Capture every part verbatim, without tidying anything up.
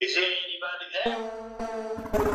Is anybody there?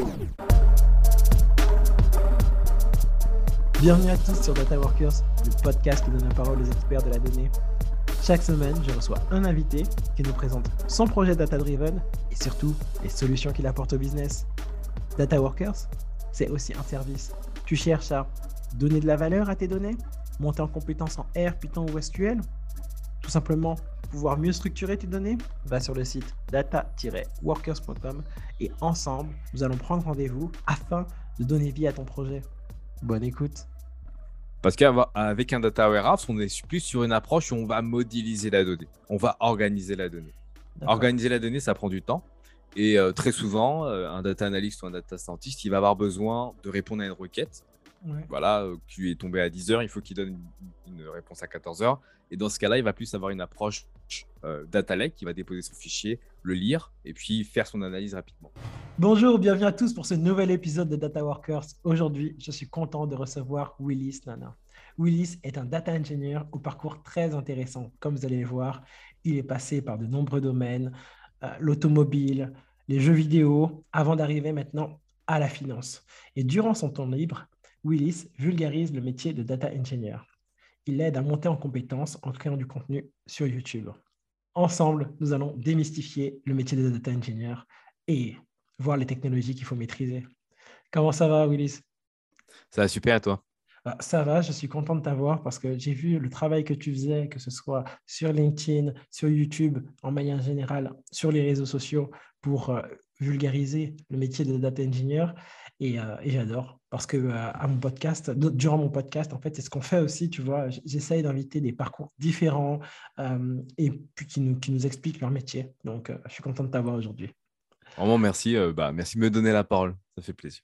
Bienvenue à tous sur Data Workers, le podcast qui donne la parole aux experts de la donnée. Chaque semaine, je reçois un invité qui nous présente son projet data-driven et surtout les solutions qu'il apporte au business. Data Workers, c'est aussi un service. Tu cherches à donner de la valeur à tes données, monter en compétences en R, Python ou S Q L, tout simplement pouvoir mieux structurer tes données, va sur le site data tiret workers point com et ensemble, nous allons prendre rendez-vous afin de donner vie à ton projet. Bonne écoute. Parce qu'avec un data warehouse, on est plus sur une approche où on va modéliser la donnée. On va organiser la donnée. D'accord. Organiser la donnée, ça prend du temps. Et euh, très souvent, euh, un data analyst ou un data scientist, il va avoir besoin de répondre à une requête. Ouais. Voilà, euh, qui est tombé à dix heures, il faut qu'il donne une, une réponse à quatorze heures. Et dans ce cas-là, il va plus avoir une approche euh, data lake, qui va déposer son fichier, le lire et puis faire son analyse rapidement. Bonjour, bienvenue à tous pour ce nouvel épisode de Data Workers. Aujourd'hui, je suis content de recevoir Willis Nana. Willis est un data engineer au parcours très intéressant. Comme vous allez le voir, il est passé par de nombreux domaines, euh, l'automobile, les jeux vidéo, avant d'arriver maintenant à la finance. Et durant son temps libre, Willis vulgarise le métier de data engineer. Il aide à monter en compétences en créant du contenu sur YouTube. Ensemble, nous allons démystifier le métier de data engineer et voir les technologies qu'il faut maîtriser. Comment ça va, Willis? Ça va super, et toi? Ah, ça va, je suis content de t'avoir parce que j'ai vu le travail que tu faisais, que ce soit sur LinkedIn, sur YouTube, en manière générale, sur les réseaux sociaux, pour euh, vulgariser le métier de data engineer. Et, euh, et j'adore parce que euh, à mon podcast, durant mon podcast, en fait, c'est ce qu'on fait aussi, tu vois. J'essaye d'inviter des parcours différents euh, et puis qui nous, qui nous expliquent leur métier. Donc, euh, je suis content de t'avoir aujourd'hui. Vraiment, merci. Euh, bah, merci de me donner la parole. Ça fait plaisir.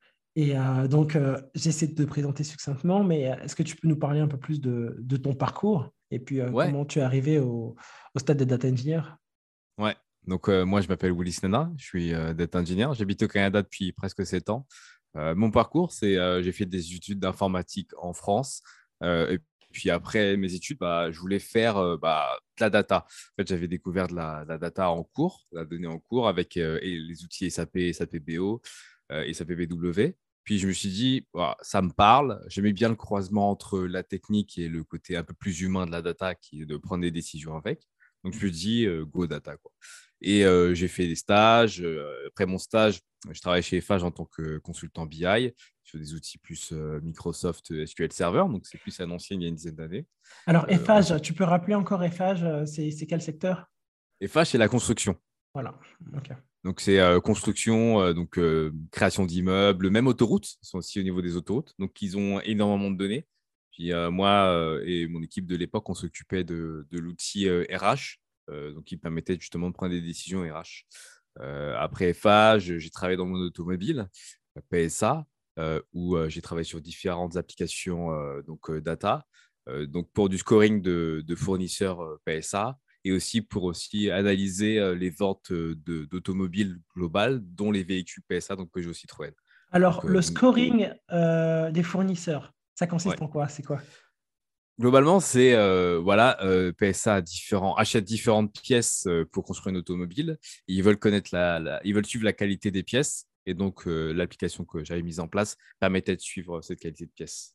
Et euh, donc, euh, j'essaie de te présenter succinctement, mais est-ce que tu peux nous parler un peu plus de, de ton parcours et puis euh, Ouais. comment tu es arrivé au, au stade de data engineer? Ouais. Donc, euh, moi, je m'appelle Willis Nana. Je suis euh, data engineer. J'habite au Canada depuis presque sept ans. Euh, mon parcours, c'est euh, j'ai fait des études d'informatique en France. Euh, et puis après mes études, bah, je voulais faire euh, bah, de la data. En fait, j'avais découvert de la, de la data en cours, la donnée en cours avec euh, et les outils S A P, S A P B O, euh, S A P B W. Puis je me suis dit, voilà, ça me parle. J'aimais bien le croisement entre la technique et le côté un peu plus humain de la data, qui est de prendre des décisions avec. Donc, je me suis dit, euh, go data, quoi. Et euh, j'ai fait des stages. Euh, après mon stage, je travaille chez Eiffage en tant que consultant B I sur des outils plus euh, Microsoft S Q L Server. Donc, c'est plus un ancien il y a une dizaine d'années. Alors, Euh, Eiffage, ensuite, tu peux rappeler encore Eiffage, euh, c'est c'est quel secteur? Eiffage, c'est la construction. Voilà, ok. Donc, c'est euh, construction, euh, donc euh, création d'immeubles, même autoroutes. Ils sont aussi au niveau des autoroutes. Donc, ils ont énormément de données. Puis euh, moi euh, et mon équipe de l'époque, on s'occupait de, de l'outil euh, R H, euh, donc qui permettait justement de prendre des décisions R H. Euh, après F A, j'ai travaillé dans le monde automobile, P S A, euh, où euh, j'ai travaillé sur différentes applications euh, donc, euh, data, euh, donc pour du scoring de, de fournisseurs euh, P S A et aussi pour aussi analyser euh, les ventes euh, de- d'automobiles globales, dont les véhicules P S A, donc Peugeot Citroën. Alors, Donc, euh, le scoring euh, des fournisseurs, ça ouais. consiste en quoi? C'est quoi? Globalement, c'est euh, voilà, euh, P S A a différents, achète différentes pièces euh, pour construire une automobile. Et ils veulent connaître la, la- ils veulent suivre la qualité des pièces. Et donc, euh, l'application que j'avais mise en place permettait de suivre cette qualité de pièces.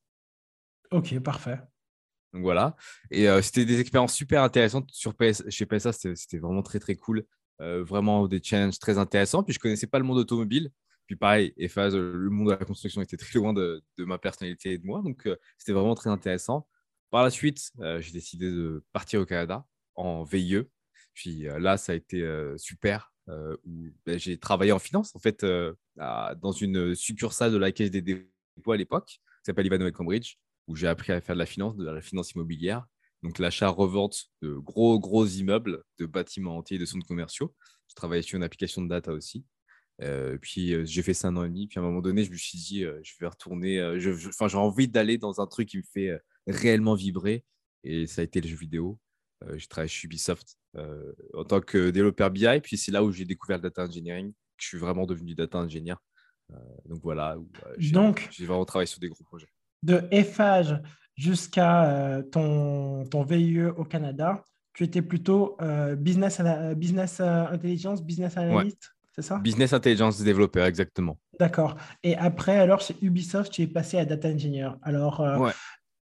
Ok, parfait. Donc voilà. Et euh, c'était des expériences super intéressantes sur P S, chez P S A. C'était c'était vraiment très très cool. Euh, vraiment des challenges très intéressants. Puis je connaissais pas le monde automobile. Puis pareil, Eiffage, le monde de la construction était très loin de, de ma personnalité et de moi. Donc euh, c'était vraiment très intéressant. Par la suite, euh, j'ai décidé de partir au Canada en V I E. Puis euh, là, ça a été euh, super. Euh, où ben, j'ai travaillé en finance, en fait, euh, à- dans une succursale de la Caisse des dépôts à l'époque, qui s'appelle Ivanhoe Cambridge, où j'ai appris à faire de la finance, de la finance immobilière. Donc, l'achat-revente de gros, gros immeubles, de bâtiments entiers, de centres commerciaux. Je travaillais sur une application de data aussi. Euh, puis, euh, j'ai fait ça un an et demi. Puis, à un moment donné, je me suis dit, euh, je vais retourner. Euh, je, je, enfin, j'ai envie d'aller dans un truc qui me fait euh, réellement vibrer. Et ça a été le jeu vidéo. Euh, j'ai travaillé chez Ubisoft euh, en tant que développeur B I. Puis, c'est là où j'ai découvert le data engineering. Je suis vraiment devenu data engineer. Euh, donc, voilà, où euh, j'ai Donc, j'ai vraiment travaillé sur des gros projets. de Eiffage jusqu'à euh, ton, ton V I E au Canada, tu étais plutôt euh, business, ana- business euh, intelligence, business Ouais, analyst, c'est ça? business intelligence développeur, exactement. D'accord. Et après, alors, chez Ubisoft, tu es passé à data engineer. Alors, euh, Ouais.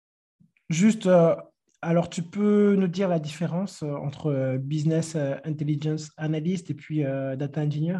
juste, euh, alors, tu peux nous dire la différence euh, entre euh, business euh, intelligence analyst et puis euh, data engineer?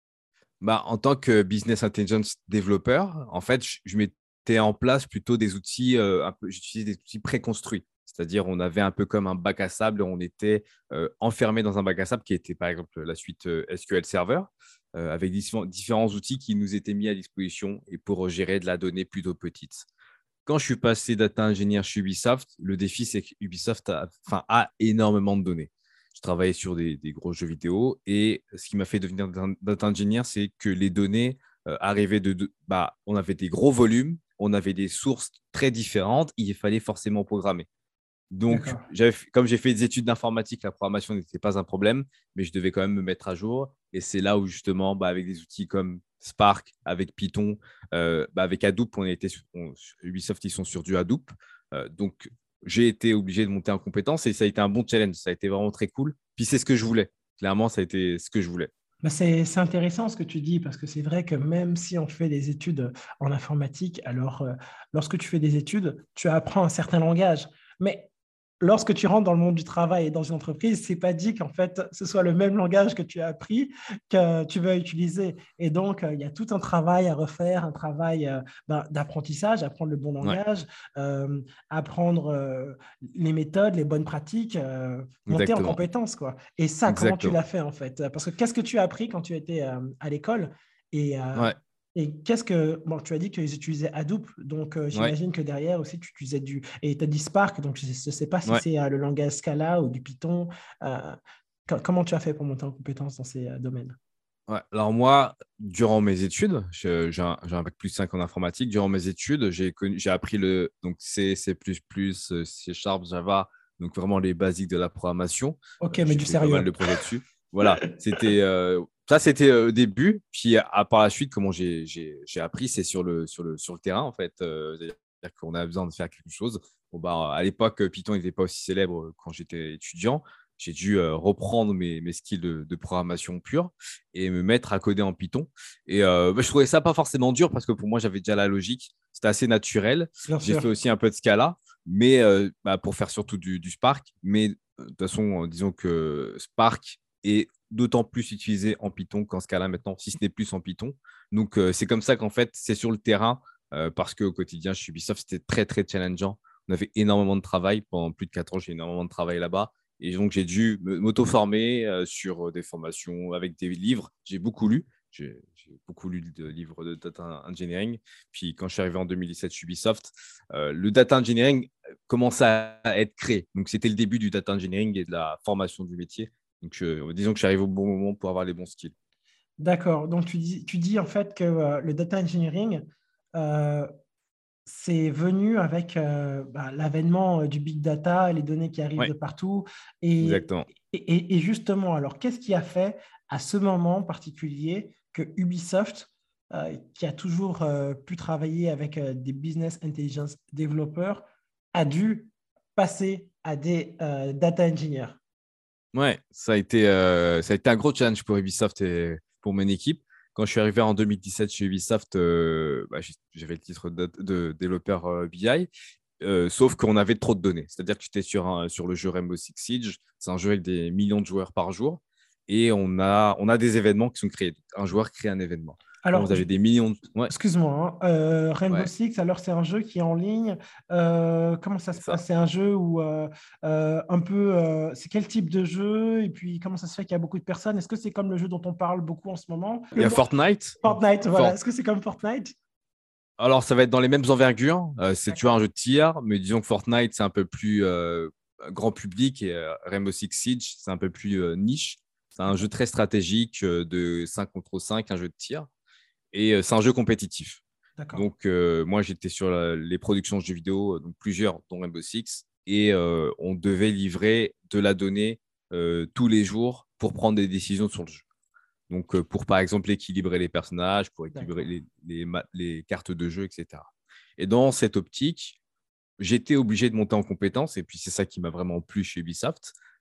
Bah, en tant que business intelligence développeur, en fait, je, je mettais en place plutôt des outils, euh, un peu, j'utilisais des outils préconstruits. C'est-à-dire, on avait un peu comme un bac à sable, on était euh, enfermé dans un bac à sable qui était par exemple la suite euh, S Q L Server, euh, avec différents, différents outils qui nous étaient mis à disposition et pour gérer de la donnée plutôt petite. Quand je suis passé data engineer chez Ubisoft, le défi, c'est que Ubisoft a, enfin, a énormément de données. Je travaillais sur des, des gros jeux vidéo et ce qui m'a fait devenir data engineer, c'est que les données euh, arrivaient de, de bah, on avait des gros volumes, on avait des sources très différentes, il fallait forcément programmer. Donc, D'accord. comme j'ai fait des études d'informatique, la programmation n'était pas un problème, mais je devais quand même me mettre à jour. Et c'est là où, justement, bah, avec des outils comme Spark, avec Python, euh, bah, avec Hadoop, on était sur, on, Ubisoft, ils sont sur du Hadoop. Euh, donc, j'ai été obligé de monter en compétence et ça a été un bon challenge. Ça a été vraiment très cool. Puis, c'est ce que je voulais. Clairement, ça a été ce que je voulais. Bah, c'est, c'est intéressant ce que tu dis parce que c'est vrai que même si on fait des études en informatique, alors euh, lorsque tu fais des études, tu apprends un certain langage. Mais lorsque tu rentres dans le monde du travail et dans une entreprise, c'est pas dit qu'en fait ce soit le même langage que tu as appris que tu vas utiliser. Et donc, euh, il y a tout un travail à refaire, un travail euh, ben, d'apprentissage, apprendre le bon Ouais, langage, euh, apprendre euh, les méthodes, les bonnes pratiques, euh, monter en exactement. compétences, quoi. Et ça, comment tu l'as Exactement. fait en fait? Parce que qu'est-ce que tu as appris quand tu étais euh, à l'école? Et, euh, Ouais, et qu'est-ce que. Bon, tu as dit qu'ils utilisaient Hadoop, donc euh, ouais, j'imagine que derrière aussi tu utilisais du. Et tu as dit Spark, donc je ne sais pas si ouais. c'est euh, le langage Scala ou du Python. Euh, co- comment tu as fait pour monter en compétence dans ces euh, domaines? Ouais. Alors moi, durant mes études, je- j'ai un, j'ai un bac plus cinq en informatique. Durant mes études, j'ai connu, j'ai appris le donc C, C++, euh, C Sharp, Java, donc vraiment les basiques de la programmation. Ok, Euh, mais j'ai du fait pas mal sérieux. de projets dessus. Voilà, c'était euh, ça, c'était euh, au début. Puis à, par la suite, comment j'ai j'ai j'ai appris, c'est sur le sur le sur le terrain en fait. Euh, c'est-à-dire qu'on a besoin de faire quelque chose. Bon, bah, à l'époque, Python n'était pas aussi célèbre quand j'étais étudiant. J'ai dû euh, reprendre mes, mes skills de, de programmation pure et me mettre à coder en Python. Et euh, bah, je trouvais ça pas forcément dur parce que pour moi, j'avais déjà la logique. C'était assez naturel. Bien J'ai fait sûr. aussi un peu de Scala, mais euh, bah, pour faire surtout du, du Spark. Mais euh, de toute façon, euh, disons que Spark est d'autant plus utilisé en Python qu'en Scala maintenant, si ce n'est plus en Python. Donc, euh, c'est comme ça qu'en fait, c'est sur le terrain euh, parce qu'au quotidien, chez Ubisoft, c'était très, très challengeant. On avait énormément de travail. Pendant plus de quatre ans, j'ai énormément de travail là-bas. Et donc, j'ai dû m'auto-former euh, sur des formations avec des livres. J'ai beaucoup lu. J'ai beaucoup lu de livres de data engineering. Puis, quand je suis arrivé en deux mille dix-sept chez Ubisoft, euh, le data engineering commençait à être créé. Donc, c'était le début du data engineering et de la formation du métier. Donc, je, disons que j'arrive au bon moment pour avoir les bons skills. D'accord. Donc, tu dis, tu dis en fait que euh, le data engineering, euh, c'est venu avec euh, bah, l'avènement euh, du big data, les données qui arrivent Oui, de partout. Et, exactement. et, et justement, alors, qu'est-ce qui a fait à ce moment particulier que Ubisoft, euh, qui a toujours euh, pu travailler avec euh, des business intelligence développeurs, a dû passer à des euh, data engineers? Ouais, ça a été, euh, ça a été un gros challenge pour Ubisoft et pour mon équipe. Quand je suis arrivé en deux mille dix-sept chez Ubisoft, euh, bah, j'ai- j'avais le titre de, de développeur euh, B I, euh, sauf qu'on avait trop de données. C'est-à-dire que j'étais sur, un- sur le jeu Rainbow Six Siege. C'est un jeu avec des millions de joueurs par jour. Et on a, on a des événements qui sont créés. Un joueur crée un événement. Quand vous Alors, avez des millions de... Ouais, excuse-moi, hein, euh, Rainbow ouais, Six, alors c'est un jeu qui est en ligne. Euh, comment ça se c'est ça. passe? C'est un jeu où euh, euh, un peu, euh, c'est quel type de jeu? Et puis comment ça se fait qu'il y a beaucoup de personnes? Est-ce que c'est comme le jeu dont on parle beaucoup en ce moment? Il y Le a mo- Fortnite. Fortnite, voilà. Fort- Est-ce que c'est comme Fortnite? Alors, ça va être dans les mêmes envergures. Euh, c'est toujours un D'accord. jeu de tir, mais disons que Fortnite, c'est un peu plus euh, grand public et euh, Rainbow Six Siege, c'est un peu plus euh, niche. C'est un jeu D'accord. très stratégique euh, de cinq contre cinq, un jeu de tir. Et euh, c'est un jeu compétitif. D'accord. Donc, euh, moi, j'étais sur la- les productions de jeux vidéo, euh, donc plusieurs, dont Rainbow Six, et euh, on devait livrer de la donnée euh, tous les jours pour prendre des décisions sur le jeu. Donc, euh, pour par exemple équilibrer les personnages, pour équilibrer D'accord. les, les, ma- les cartes de jeu, et cetera. Et dans cette optique, j'étais obligé de monter en compétence, et puis c'est ça qui m'a vraiment plu chez Ubisoft,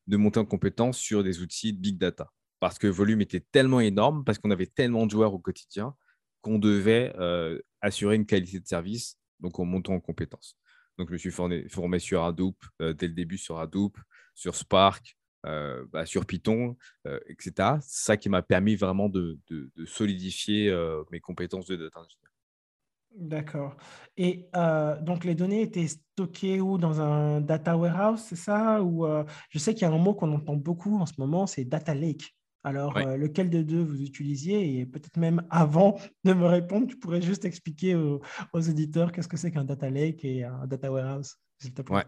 de monter en compétence sur des outils de big data. Parce que le volume était tellement énorme, parce qu'on avait tellement de joueurs au quotidien qu'on devait euh, assurer une qualité de service, donc en montant en compétences. Donc, je me suis formé, formé sur Hadoop, euh, dès le début sur Hadoop, sur Spark, euh, bah, sur Python, euh, et cetera. C'est ça qui m'a permis vraiment de, de, de solidifier euh, mes compétences de data engineer. D'accord. Et euh, donc, les données étaient stockées où? Dans un data warehouse, c'est ça? Ou euh, je sais qu'il y a un mot qu'on entend beaucoup en ce moment, c'est data lake. Alors, Ouais. euh, lequel des deux vous utilisiez? Et peut-être même avant de me répondre, tu pourrais juste expliquer aux, aux éditeurs qu'est-ce que c'est qu'un data lake et un data warehouse, s'il te plaît. Ouais.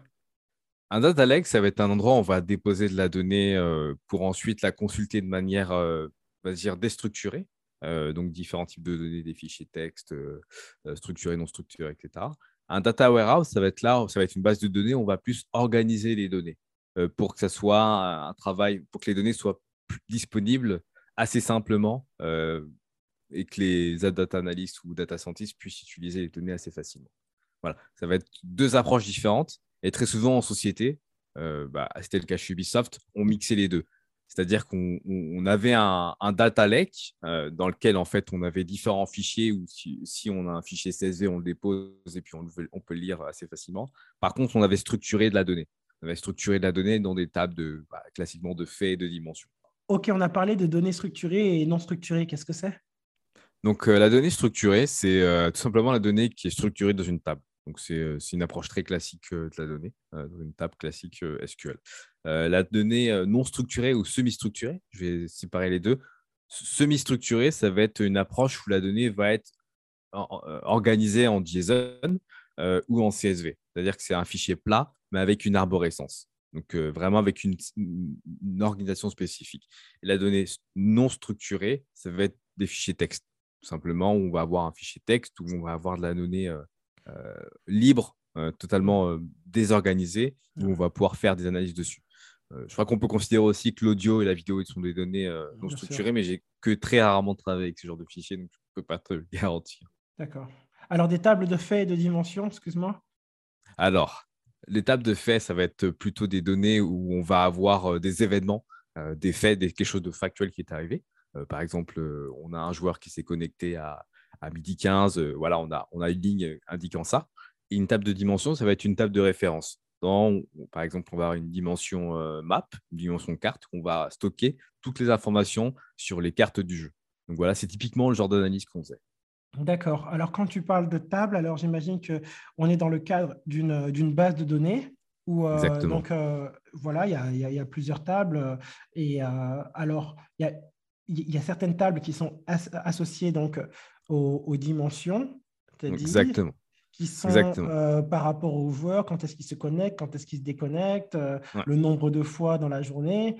Un data lake, ça va être un endroit où on va déposer de la donnée euh, pour ensuite la consulter de manière, euh, on va dire, déstructurée. Euh, donc, différents types de données, des fichiers texte, euh, euh, structurés, non structurés, et cetera. Un data warehouse, ça va être là, ça va être une base de données où on va plus organiser les données euh, pour que ça soit un, un travail, pour que les données soient plus disponibles assez simplement euh, et que les data analysts ou data scientists puissent utiliser les données assez facilement. Voilà, ça va être deux approches différentes. Et très souvent en société, euh, bah, c'était le cas chez Ubisoft, on mixait les deux. C'est-à-dire qu'on on avait un, un data lake euh, dans lequel en fait on avait différents fichiers où si, si on a un fichier C S V, on le dépose et puis on, le- on peut le lire assez facilement. Par contre, on avait structuré de la donnée. On avait structuré de la donnée dans des tables de, bah, classiquement de faits et de dimensions. OK, on a parlé de données structurées et non structurées. Qu'est-ce que c'est? Donc, euh, la donnée structurée, c'est euh, tout simplement la donnée qui est structurée dans une table. Donc, c'est euh, c'est une approche très classique euh, de la donnée, euh, dans une table classique euh, S Q L. Euh, la donnée euh, non structurée ou semi-structurée, je vais séparer les deux. Semi-structurée, ça va être une approche où la donnée va être en- en- euh, organisée en JSON euh, ou en C S V. C'est-à-dire que c'est un fichier plat, mais avec une arborescence. Donc, euh, vraiment avec une, une- une organisation spécifique. Et la donnée non structurée, ça va être des fichiers texte. Tout simplement, on va avoir un fichier texte où on va avoir de la donnée euh, euh, libre, euh, totalement euh, désorganisée, où on va pouvoir faire des analyses dessus. Euh, je crois qu'on peut considérer aussi que l'audio et la vidéo sont des données euh, non Bien sûr. structurées, mais j'ai que très rarement travaillé avec ce genre de fichiers, donc je ne peux pas te le garantir. D'accord. Alors, des tables de faits et de dimensions, excuse-moi. Alors, l'étape de fait, ça va être plutôt des données où on va avoir euh, des événements, euh, des faits, des, quelque chose de factuel qui est arrivé. Euh, par exemple, euh, on a un joueur qui s'est connecté à, à midi quinze. Euh, voilà, on a, on a une ligne indiquant ça. Et une table de dimension, ça va être une table de référence. Dans, par exemple, on va avoir une dimension euh, map, une dimension carte, on va stocker toutes les informations sur les cartes du jeu. Donc voilà, c'est typiquement le genre d'analyse qu'on faisait. D'accord. Alors, quand tu parles de table, alors j'imagine que on est dans le cadre d'une d'une base de données où euh, Exactement. donc euh, voilà, il y a, il y a- il y a plusieurs tables euh, et euh, alors il y a, il y a certaines tables qui sont as- associées donc aux, aux dimensions, c'est-à-dire Exactement. qui sont Exactement. euh, par rapport aux joueurs, quand est-ce qu'ils se connectent, quand est-ce qu'ils se déconnectent, euh, Ouais, le nombre de fois dans la journée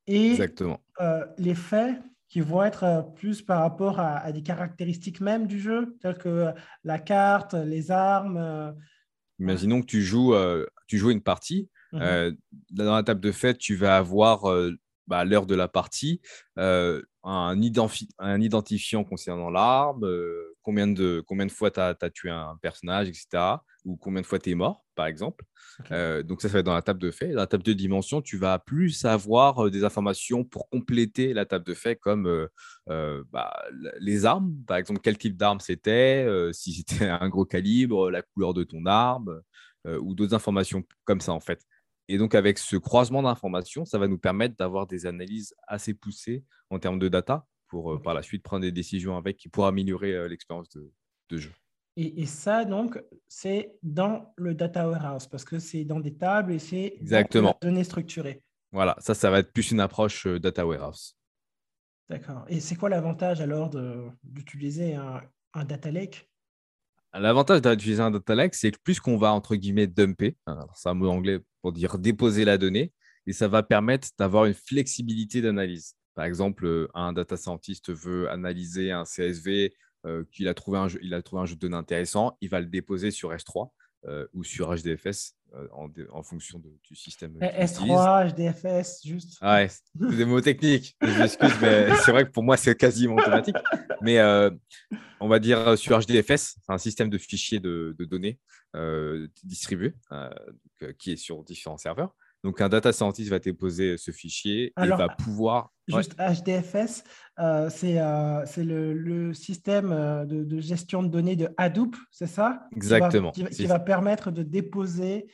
et exactement. euh, les faits qui vont être euh, plus par rapport à, à des caractéristiques même du jeu, telles que euh, la carte, les armes. euh, ouais. Imaginons que tu joues, euh, tu joues une partie. Mhm. Euh, dans la table de fête, tu vas avoir euh, bah, l'heure de la partie, euh, un, identifi- un identifiant concernant l'arme, euh, combien de, combien de fois tu as tué un personnage, et cetera. Ou combien de fois tu es mort, par exemple. Ok. Euh, donc, ça, ça va être dans la table de fait. Dans la table de dimension, tu vas plus avoir euh, des informations pour compléter la table de fait, comme euh, euh, bah, les armes, par exemple, quel type d'arme c'était, euh, si c'était un gros calibre, la couleur de ton arme, euh, ou d'autres informations comme ça, en fait. Et donc, avec ce croisement d'informations, ça va nous permettre d'avoir des analyses assez poussées en termes de data pour euh, Ok. par la suite prendre des décisions avec qui pour améliorer euh, l'expérience de, de jeu. Et, et ça, donc, c'est dans le data warehouse parce que c'est dans des tables et c'est dans la Exactement. donnée structurée. Voilà, ça, ça va être plus une approche euh, data warehouse. D'accord. Et c'est quoi l'avantage alors de- d'utiliser un, un data lake? L'avantage d'utiliser un data lake, c'est que plus qu'on va, entre guillemets, dumper, alors c'est un mot anglais pour dire déposer la donnée, et ça va permettre d'avoir une flexibilité d'analyse. Par exemple, euh, un data scientist veut analyser un C S V, euh, qu'il a trouvé un jeu, il a trouvé un jeu de données intéressant, il va le déposer sur S trois euh, ou sur H D F S euh, en, dé- en fonction de- du système qu'il utilise. S trois, H D F S, juste. Ah ouais, c'est des mots techniques, je m'excuse, mais c'est vrai que pour moi, c'est quasiment automatique. Mais euh, on va dire euh, sur H D F S, c'est un système de fichiers de, de données euh, distribué euh, donc, euh, qui est sur différents serveurs. Donc, un data scientist va déposer ce fichier et Alors, va pouvoir… Ouais, juste H D F S, euh, c'est euh, c'est le, le système euh, de, de gestion de données de Hadoop, c'est ça? Qui va, exactement. qui, va qui C'est va permettre de déposer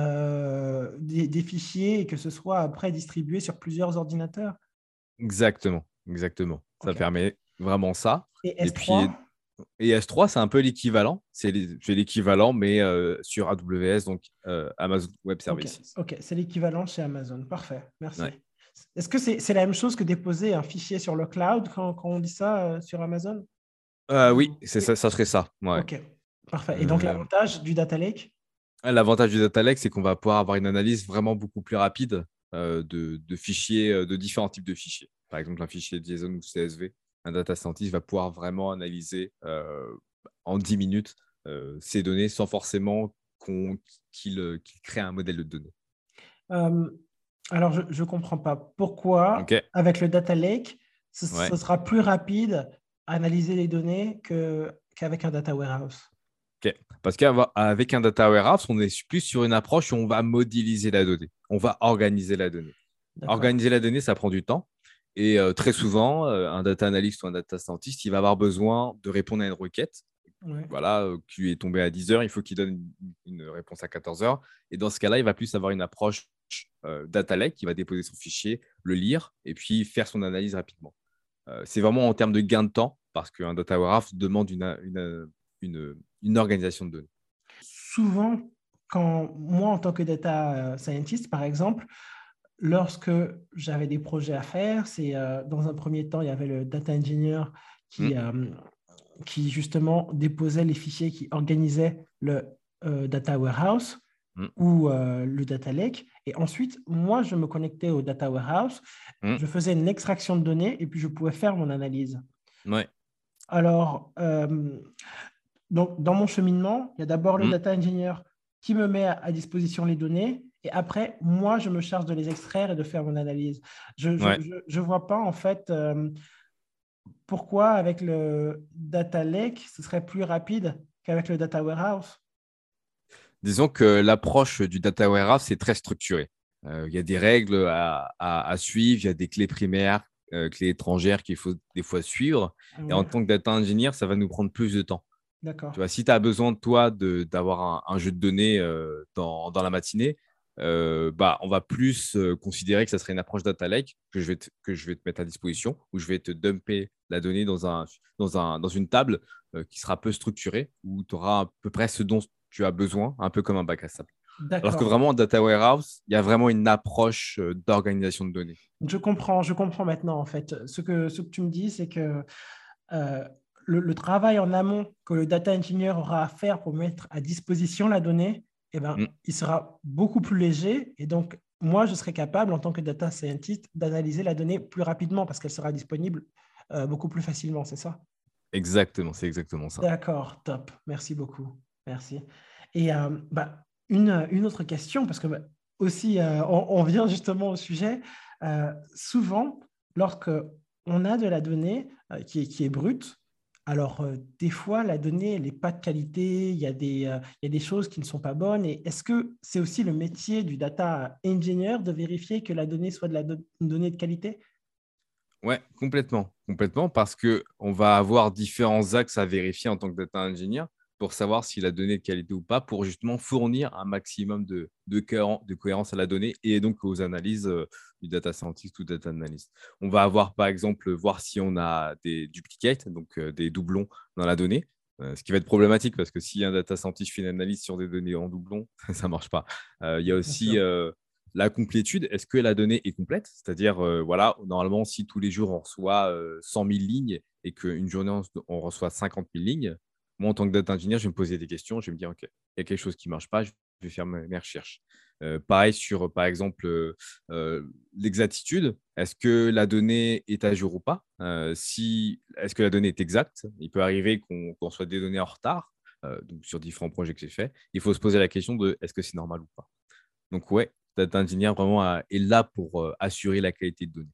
euh, des, des fichiers et que ce soit après distribué sur plusieurs ordinateurs. exactement, exactement. Ça OK. permet vraiment ça. Et Et puis, S trois? et S trois, c'est un peu l'équivalent. C'est les- c'est l'équivalent, mais euh, sur A W S, donc euh, Amazon Web OK, Services. OK, c'est l'équivalent chez Amazon. Parfait, Ouais. merci. Est-ce que c'est c'est la même chose que déposer un fichier sur le cloud quand, quand on dit ça euh, sur Amazon? Euh, oui, Ou- c'est Oui. ça, ça serait ça. Ouais. OK, parfait. Et donc Euh, l'avantage du data lake? L'avantage du data lake, c'est qu'on va pouvoir avoir une analyse vraiment beaucoup plus rapide euh, de, de fichiers, euh, de différents types de fichiers. Par exemple, un fichier JSON ou C S V, un data scientist va pouvoir vraiment analyser euh, en dix minutes euh, ces données sans forcément qu'on- qu'il euh, qu'il crée un modèle de données. Euh, alors, je ne comprends pas. Pourquoi, OK. avec le data lake, ce, Ouais. ce sera plus rapide à analyser les données que, qu'avec un data warehouse? OK. Parce qu'avec un data warehouse, on est plus sur une approche où on va modéliser la donnée. On va organiser la donnée. D'accord. Organiser la donnée, ça prend du temps. Et euh, très souvent, euh, un data analyst ou un data scientist, il va avoir besoin de répondre à une requête. Ouais. Voilà, euh, qui lui est tombé à dix heures, il faut qu'il donne une, une réponse à quatorze heures. Et dans ce cas-là, il va plus avoir une approche euh, data lake, qui va déposer son fichier, le lire et puis faire son analyse rapidement. Euh, c'est vraiment en termes de gain de temps, parce qu'un data warehouse demande une, une, une, une organisation de données. Souvent, quand moi, en tant que data euh, scientist, par exemple, lorsque j'avais des projets à faire, c'est euh, dans un premier temps, il y avait le data engineer Mm, qui, euh, qui justement déposait les fichiers, qui organisait le euh, data warehouse mm, ou euh, le data lake. Et ensuite, moi, je me connectais au data warehouse, mm. je faisais une extraction de données et puis je pouvais faire mon analyse. Ouais. Alors, euh, donc, dans mon cheminement, il y a d'abord le Mm, data engineer qui me met à, à disposition les données et après, moi, je me charge de les extraire et de faire mon analyse. Je ne je, ouais. je, je vois pas, en fait, euh, pourquoi avec le data lake, ce serait plus rapide qu'avec le data warehouse. Disons que l'approche du data warehouse, c'est très structuré. Euh, Il y a des règles à, à- à suivre, il y a des clés primaires, euh, clés étrangères qu'il faut des fois suivre. Et en Ouais, tant que data engineer, ça va nous prendre plus de temps. Tu d'accord. vois, si tu as besoin de toi de- d'avoir un, un jeu de données euh, dans, dans la matinée, euh, bah, on va plus euh, considérer que ça serait une approche data lake que je vais te, que je vais te mettre à disposition, où je vais te dumper la donnée dans, un, dans, un, dans une table euh, qui sera peu structurée, où tu auras à peu près ce dont tu as besoin, un peu comme un bac à sable. Alors que D'accord. vraiment, en data warehouse, il y a vraiment une approche euh, d'organisation de données. Je comprends, je comprends maintenant, en fait. Ce que, ce que tu me dis, c'est que euh, le, le travail en amont que le data engineer aura à faire pour mettre à disposition la donnée, eh ben, Mm. il sera beaucoup plus léger. Et donc, moi, je serai capable, en tant que data scientist, d'analyser la donnée plus rapidement parce qu'elle sera disponible euh, beaucoup plus facilement, c'est ça? Exactement, c'est exactement ça. D'accord, top. Merci beaucoup. Merci. Et euh, bah, une, une autre question, parce que bah, aussi, euh, on, on vient justement au sujet. Euh, souvent, lorsque on a de la donnée euh, qui est, qui est brute, alors euh, des fois, la donnée, elle n'est pas de qualité, il y a des, euh, il y a des choses qui ne sont pas bonnes. Et est-ce que c'est aussi le métier du data engineer de vérifier que la donnée soit de la do- une donnée de qualité? Ouais, complètement, complètement, parce que on va avoir différents axes à vérifier en tant que data engineer pour savoir si la donnée est de qualité ou pas, pour justement fournir un maximum de, de, cohéren- de cohérence à la donnée et donc aux analyses euh, du data scientist ou data analyst. On va avoir, par exemple, voir si on a des duplicates, donc euh, des doublons dans la donnée. Euh, ce qui va être problématique parce que si un data scientist fait une analyse sur des données en doublon, ça ne marche pas. Euh, Il y a Bien aussi sûr. euh, la complétude, est-ce que la donnée est complète? C'est-à-dire, euh, voilà, normalement, si tous les jours on reçoit euh, cent mille lignes et qu'une journée on, on reçoit cinquante mille lignes, moi, en tant que data engineer, je vais me poser des questions. Je vais me dire, OK, il y a quelque chose qui ne marche pas, je vais faire mes, mes recherches. Euh, pareil sur, par exemple, euh, euh, l'exactitude. Est-ce que la donnée est à jour ou pas? Euh, si, Est-ce que la donnée est exacte? Il peut arriver qu'on qu'on soit des données en retard, euh, donc sur différents projets que j'ai faits. Il faut se poser la question de est-ce que c'est normal ou pas? Donc, ouais, data engineer vraiment euh, est là pour euh, assurer la qualité de données.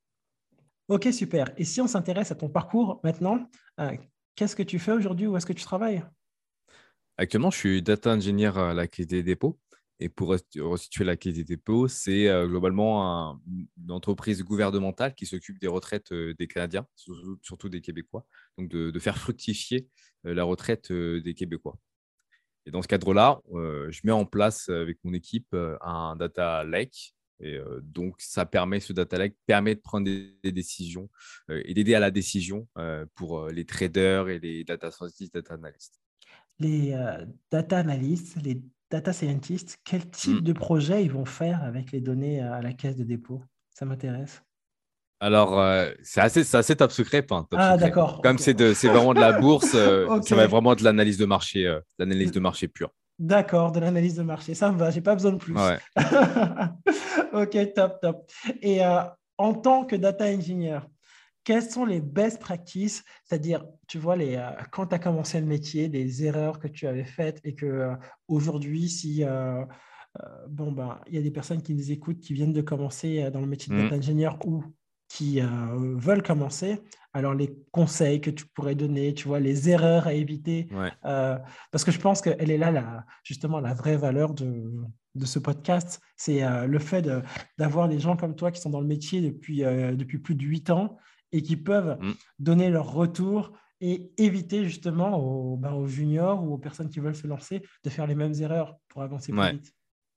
Ok, super. Et si on s'intéresse à ton parcours maintenant, euh, qu'est-ce que tu fais aujourd'hui? Où est-ce que tu travailles? Actuellement, je suis data engineer à la Caisse des dépôts Et pour rest- resituer la Caisse des dépôts, c'est euh, globalement un- une entreprise gouvernementale qui s'occupe des retraites euh, des Canadiens, surtout, surtout des Québécois, donc de, de faire fructifier euh, la retraite euh, des Québécois. Et dans ce cadre-là, euh, je mets en place euh, avec mon équipe euh, un data lake. Et euh, donc, ça permet, ce data lake permet de prendre des, des décisions euh, et d'aider à la décision euh, pour euh, les traders et les data scientists, data analysts. Les euh, data analysts, les data scientists, quel Hmm. type de projet ils vont faire avec les données euh, à la caisse de dépôt? Ça m'intéresse. Alors, euh, c'est assez, c'est assez top secret, pas top Ah, secret. d'accord. Comme Ok. c'est de- c'est vraiment de la bourse, euh, Ok. ça va être vraiment de l'analyse de marché, euh, de l'analyse de marché pure. D'accord, de l'analyse de marché. Ça me va, j'ai pas besoin de plus. Ouais. Ok, top, top. Et euh, en tant que data engineer, quelles sont les best practices, c'est-à-dire, tu vois, les, euh, quand tu as commencé le métier, des erreurs que tu avais faites et que euh, aujourd'hui, si euh, euh, bon, ben, il y a des personnes qui nous écoutent, qui viennent de commencer euh, dans le métier de Hmm. data engineer ou qui euh, veulent commencer, alors les conseils que tu pourrais donner, tu vois, les erreurs à éviter, Ouais. euh, parce que je pense qu'elle est là, la, justement, la vraie valeur de, de ce podcast, c'est euh, le fait de- d'avoir des gens comme toi qui sont dans le métier depuis, euh, depuis plus de huit ans et qui peuvent Hmm. donner leur retour et éviter justement aux, ben, aux juniors ou aux personnes qui veulent se lancer de faire les mêmes erreurs pour avancer plus Ouais. vite.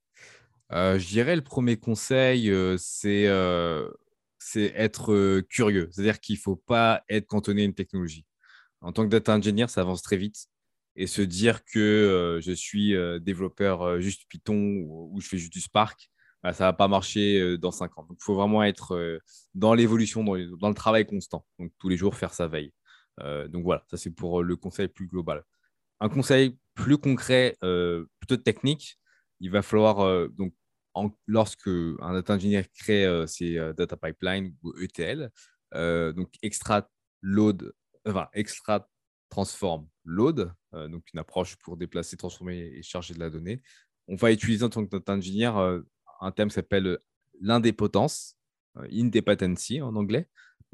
Euh, je dirais le premier conseil, euh, c'est euh, c'est être euh, curieux. C'est-à-dire qu'il ne faut pas être cantonné à une technologie. En tant que data engineer, ça avance très vite. Et se dire que euh, je suis euh, développeur euh, juste Python ou, ou je fais juste du Spark, bah, ça ne va pas marcher euh, dans cinq ans. Donc, il faut vraiment être euh, dans l'évolution, dans, les- dans le travail constant. Donc, tous les jours, faire sa veille. Euh, donc, voilà, ça, c'est pour euh, le conseil plus global. Un conseil plus concret, euh, plutôt technique, il va falloir, euh, donc, en- lorsque un data engineer crée euh, ses euh, data pipelines ou E T L, euh, donc extract, load, enfin, extract, transform, load, euh, donc une approche pour déplacer, transformer et charger de la donnée. On va utiliser en tant que data engineer euh, un terme qui s'appelle l'indépotence, euh, independency en anglais,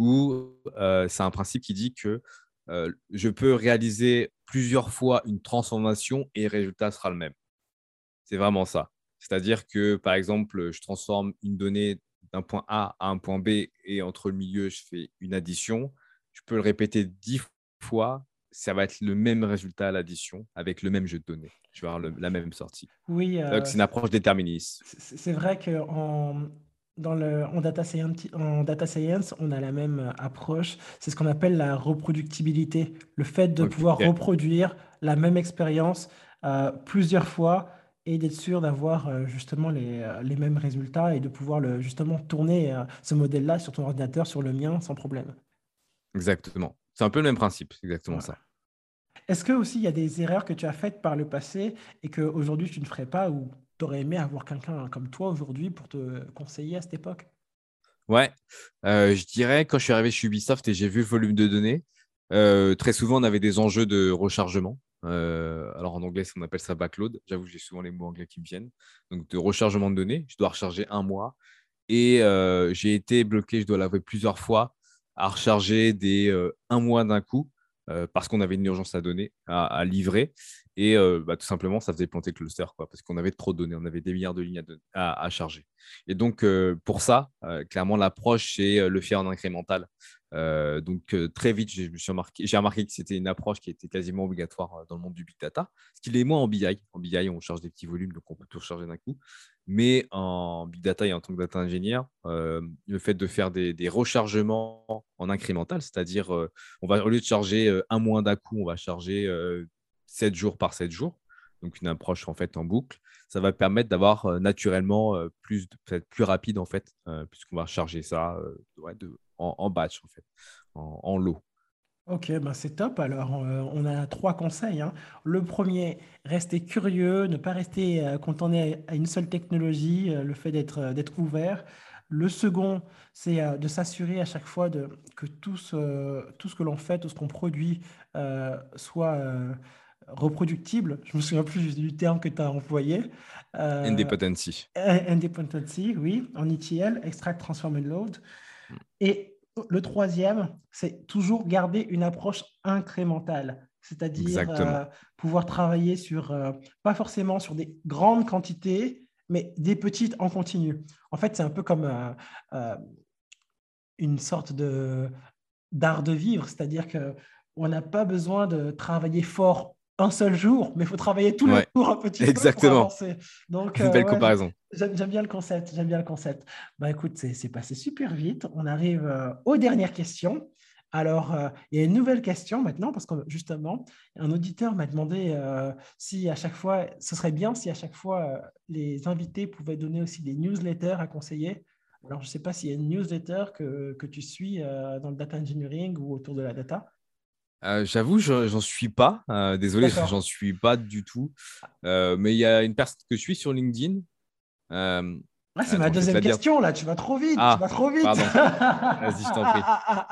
où euh, c'est un principe qui dit que euh, je peux réaliser plusieurs fois une transformation et le résultat sera le même. C'est vraiment ça. C'est-à-dire que, par exemple, je transforme une donnée d'un point A à un point B et entre le milieu, je fais une addition. Je peux le répéter dix fois, ça va être le même résultat à l'addition avec le même jeu de données. Je vais avoir le- la même sortie. Oui, Donc, euh, c'est une approche déterministe. c'est c'est vrai qu'en dans le, en data science, en data science, on a la même euh, approche. C'est ce qu'on appelle la reproductibilité, le fait de pouvoir Ok. reproduire la même expérience euh, plusieurs fois et d'être sûr d'avoir euh, justement les, euh, les mêmes résultats et de pouvoir le, justement tourner euh, ce modèle-là sur ton ordinateur, sur le mien, sans problème. Exactement. C'est un peu le même principe. C'est exactement Ouais. ça. Est-ce que aussi il y a des erreurs que tu as faites par le passé et qu'aujourd'hui tu ne ferais pas ou tu aurais aimé avoir quelqu'un comme toi aujourd'hui pour te conseiller à cette époque? Ouais, Euh, je dirais quand je suis arrivé chez Ubisoft et j'ai vu le volume de données, euh, très souvent on avait des enjeux de rechargement. Euh, alors en anglais, on appelle ça backload. J'avoue, j'ai souvent les mots anglais qui me viennent. Donc de rechargement de données, je dois recharger un mois et euh, j'ai été bloqué, je dois l'avouer plusieurs fois, à recharger des euh, un mois d'un coup euh, parce qu'on avait une urgence à donner, à, à livrer. Et euh, bah, tout simplement, ça faisait planter le cluster, quoi, parce qu'on avait trop de données, on avait des milliards de lignes à, don- à- à charger. Et donc, euh, pour ça, euh, clairement, l'approche, c'est euh, le faire en incrémental. Euh, donc, euh, très vite, j'ai je me suis remarqué, j'ai remarqué que c'était une approche qui était quasiment obligatoire euh, dans le monde du big data, ce qu'il est moins en B I. En B I, on charge des petits volumes, donc on peut tout recharger d'un coup. Mais en big data et en tant que data ingénieur, euh, le fait de faire des, des rechargements en incrémental, c'est-à-dire euh, on va, au lieu de charger euh, un mois d'un coup, on va charger euh, sept jours par sept jours. Donc une approche en fait en boucle. Ça va permettre d'avoir euh, naturellement euh, plus, de- peut-être plus rapide en fait, euh, puisqu'on va charger ça euh, ouais, de, en, en batch en fait, en, en lot. Ok, ben c'est top. Alors, euh, on a trois conseils, hein. Le premier, rester curieux, ne pas rester euh, cantonné à une seule technologie, euh, le fait d'être euh, d'être ouvert. Le second, c'est euh, de s'assurer à chaque fois de, que tout ce, tout ce que l'on fait, tout ce qu'on produit euh, soit euh, reproductible. Je me souviens plus du terme que tu as employé. Euh, Independency. Independency, oui, en E T L, Extract, Transform and Load. Et le troisième, c'est toujours garder une approche incrémentale. c'est-à-dire euh, pouvoir travailler sur, euh, pas forcément sur des grandes quantités, mais des petites en continu. En fait, c'est un peu comme euh, euh, une sorte de, d'art de vivre, c'est-à-dire qu'on n'a pas besoin de travailler fort un seul jour, mais il faut travailler tous les Ouais, jours un petit peu pour exactement. avancer. Donc, euh, Belle ouais, comparaison. j'aime, j'aime bien le concept. J'aime bien le concept. Bah, écoute, c'est, c'est passé super vite. On arrive euh, aux dernières questions. Alors, euh, il y a une nouvelle question maintenant, parce que justement, un auditeur m'a demandé euh, si à chaque fois, ce serait bien si à chaque fois, euh, les invités pouvaient donner aussi des newsletters à conseiller. Alors, je ne sais pas s'il y a une newsletter que, que tu suis euh, dans le data engineering ou autour de la data. Euh, j'avoue, je- j'en suis pas. Euh, désolé, j'en D'accord. suis pas du tout. Euh, mais il y a une personne que je suis sur LinkedIn. Euh, Ah, c'est ma attends, je vais te deuxième la dire. question, là. Tu vas trop vite. Tu Ah, vas trop vite. pardon. Vas-y, je t'en prie.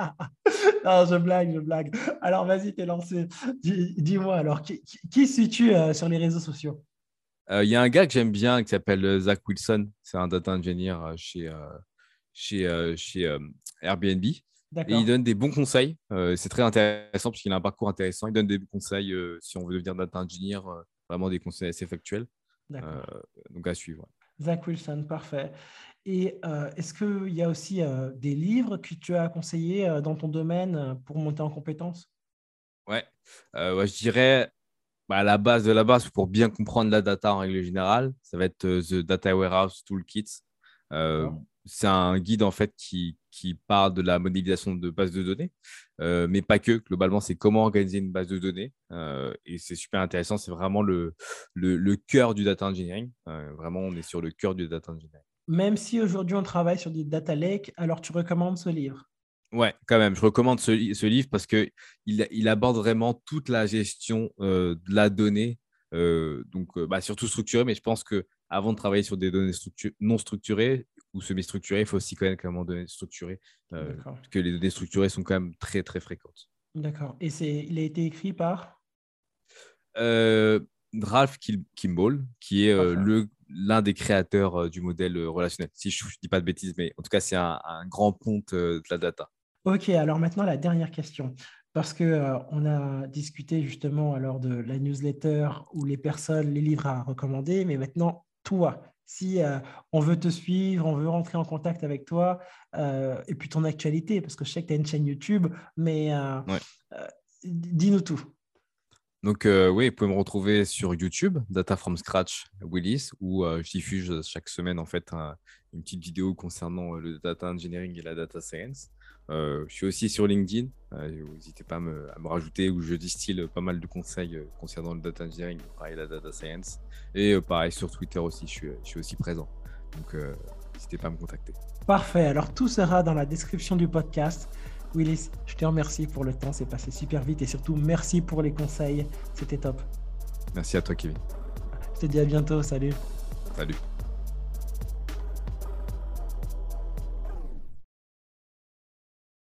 Non, je blague, je blague. Alors, vas-y, t'es lancé. Dis, dis-moi, alors, qui, qui, qui suis-tu euh, sur les réseaux sociaux? Euh, Il y a un gars que j'aime bien qui s'appelle euh, Zach Wilson. C'est un data engineer euh, chez, euh, chez, euh, chez euh, Airbnb. Et il D'accord, donne des bons conseils. Euh, c'est très intéressant parce qu'il a un parcours intéressant. Il donne des bons conseils euh, si on veut devenir data engineer, euh, vraiment des conseils assez factuels. Euh, d'accord. donc à suivre. Zach Wilson, parfait. Et euh, est-ce qu'il y a aussi euh, des livres que tu as conseillés euh, dans ton domaine euh, pour monter en compétences? Ouais, Euh, ouais, je dirais bah, la base de la base pour bien comprendre la data en règle générale, ça va être euh, The Data Warehouse Toolkit. Euh, D'accord, c'est un guide en fait qui, qui parle de la modélisation de bases de données, euh, mais pas que. Globalement, c'est comment organiser une base de données. Euh, et c'est super intéressant. C'est vraiment le, le, le cœur du data engineering. Euh, vraiment, on est sur le cœur du data engineering. même si aujourd'hui on travaille sur des data lakes, alors tu recommandes ce livre? Ouais, quand même. Je recommande ce, li- ce livre parce qu'il il aborde vraiment toute la gestion euh, de la donnée, euh, donc euh, bah, surtout structurée, mais je pense qu'avant de travailler sur des données structu- non structurées ou semi-structurées, il faut aussi connaître comment données structurées, euh, D'accord, parce que les données structurées sont quand même très, très fréquentes. d'accord. Et c'est, il a été écrit par? Euh, Ralph Kil- Kimball, qui est euh, Parfait. le, l'un des créateurs euh, du modèle euh, relationnel. Si je ne dis pas de bêtises, mais en tout cas, c'est un, un grand ponte euh, de la data. Ok, alors maintenant la dernière question. Parce que euh, on a discuté justement alors de la newsletter ou les personnes, les livres à recommander, mais maintenant toi, si euh, on veut te suivre, on veut rentrer en contact avec toi, euh, et puis ton actualité, parce que je sais que tu as une chaîne YouTube, mais euh, Ouais. euh, dis-nous tout. Donc, euh, oui, vous pouvez me retrouver sur YouTube, Data from Scratch Willis, où euh, je diffuse chaque semaine en fait un- une petite vidéo concernant euh, le data engineering et la data science. Euh, je suis aussi sur LinkedIn. Euh, N'hésitez pas à me, à me rajouter où je distille pas mal de conseils euh, concernant le data engineering et la data science. Et euh, pareil sur Twitter aussi, je suis, je suis aussi présent. Donc, euh, n'hésitez pas à me contacter. Parfait, alors tout sera dans la description du podcast. Willis, je te remercie pour le temps, c'est passé super vite et surtout merci pour les conseils, c'était top. Merci à toi, Kevin. Je te dis à bientôt, salut. Salut.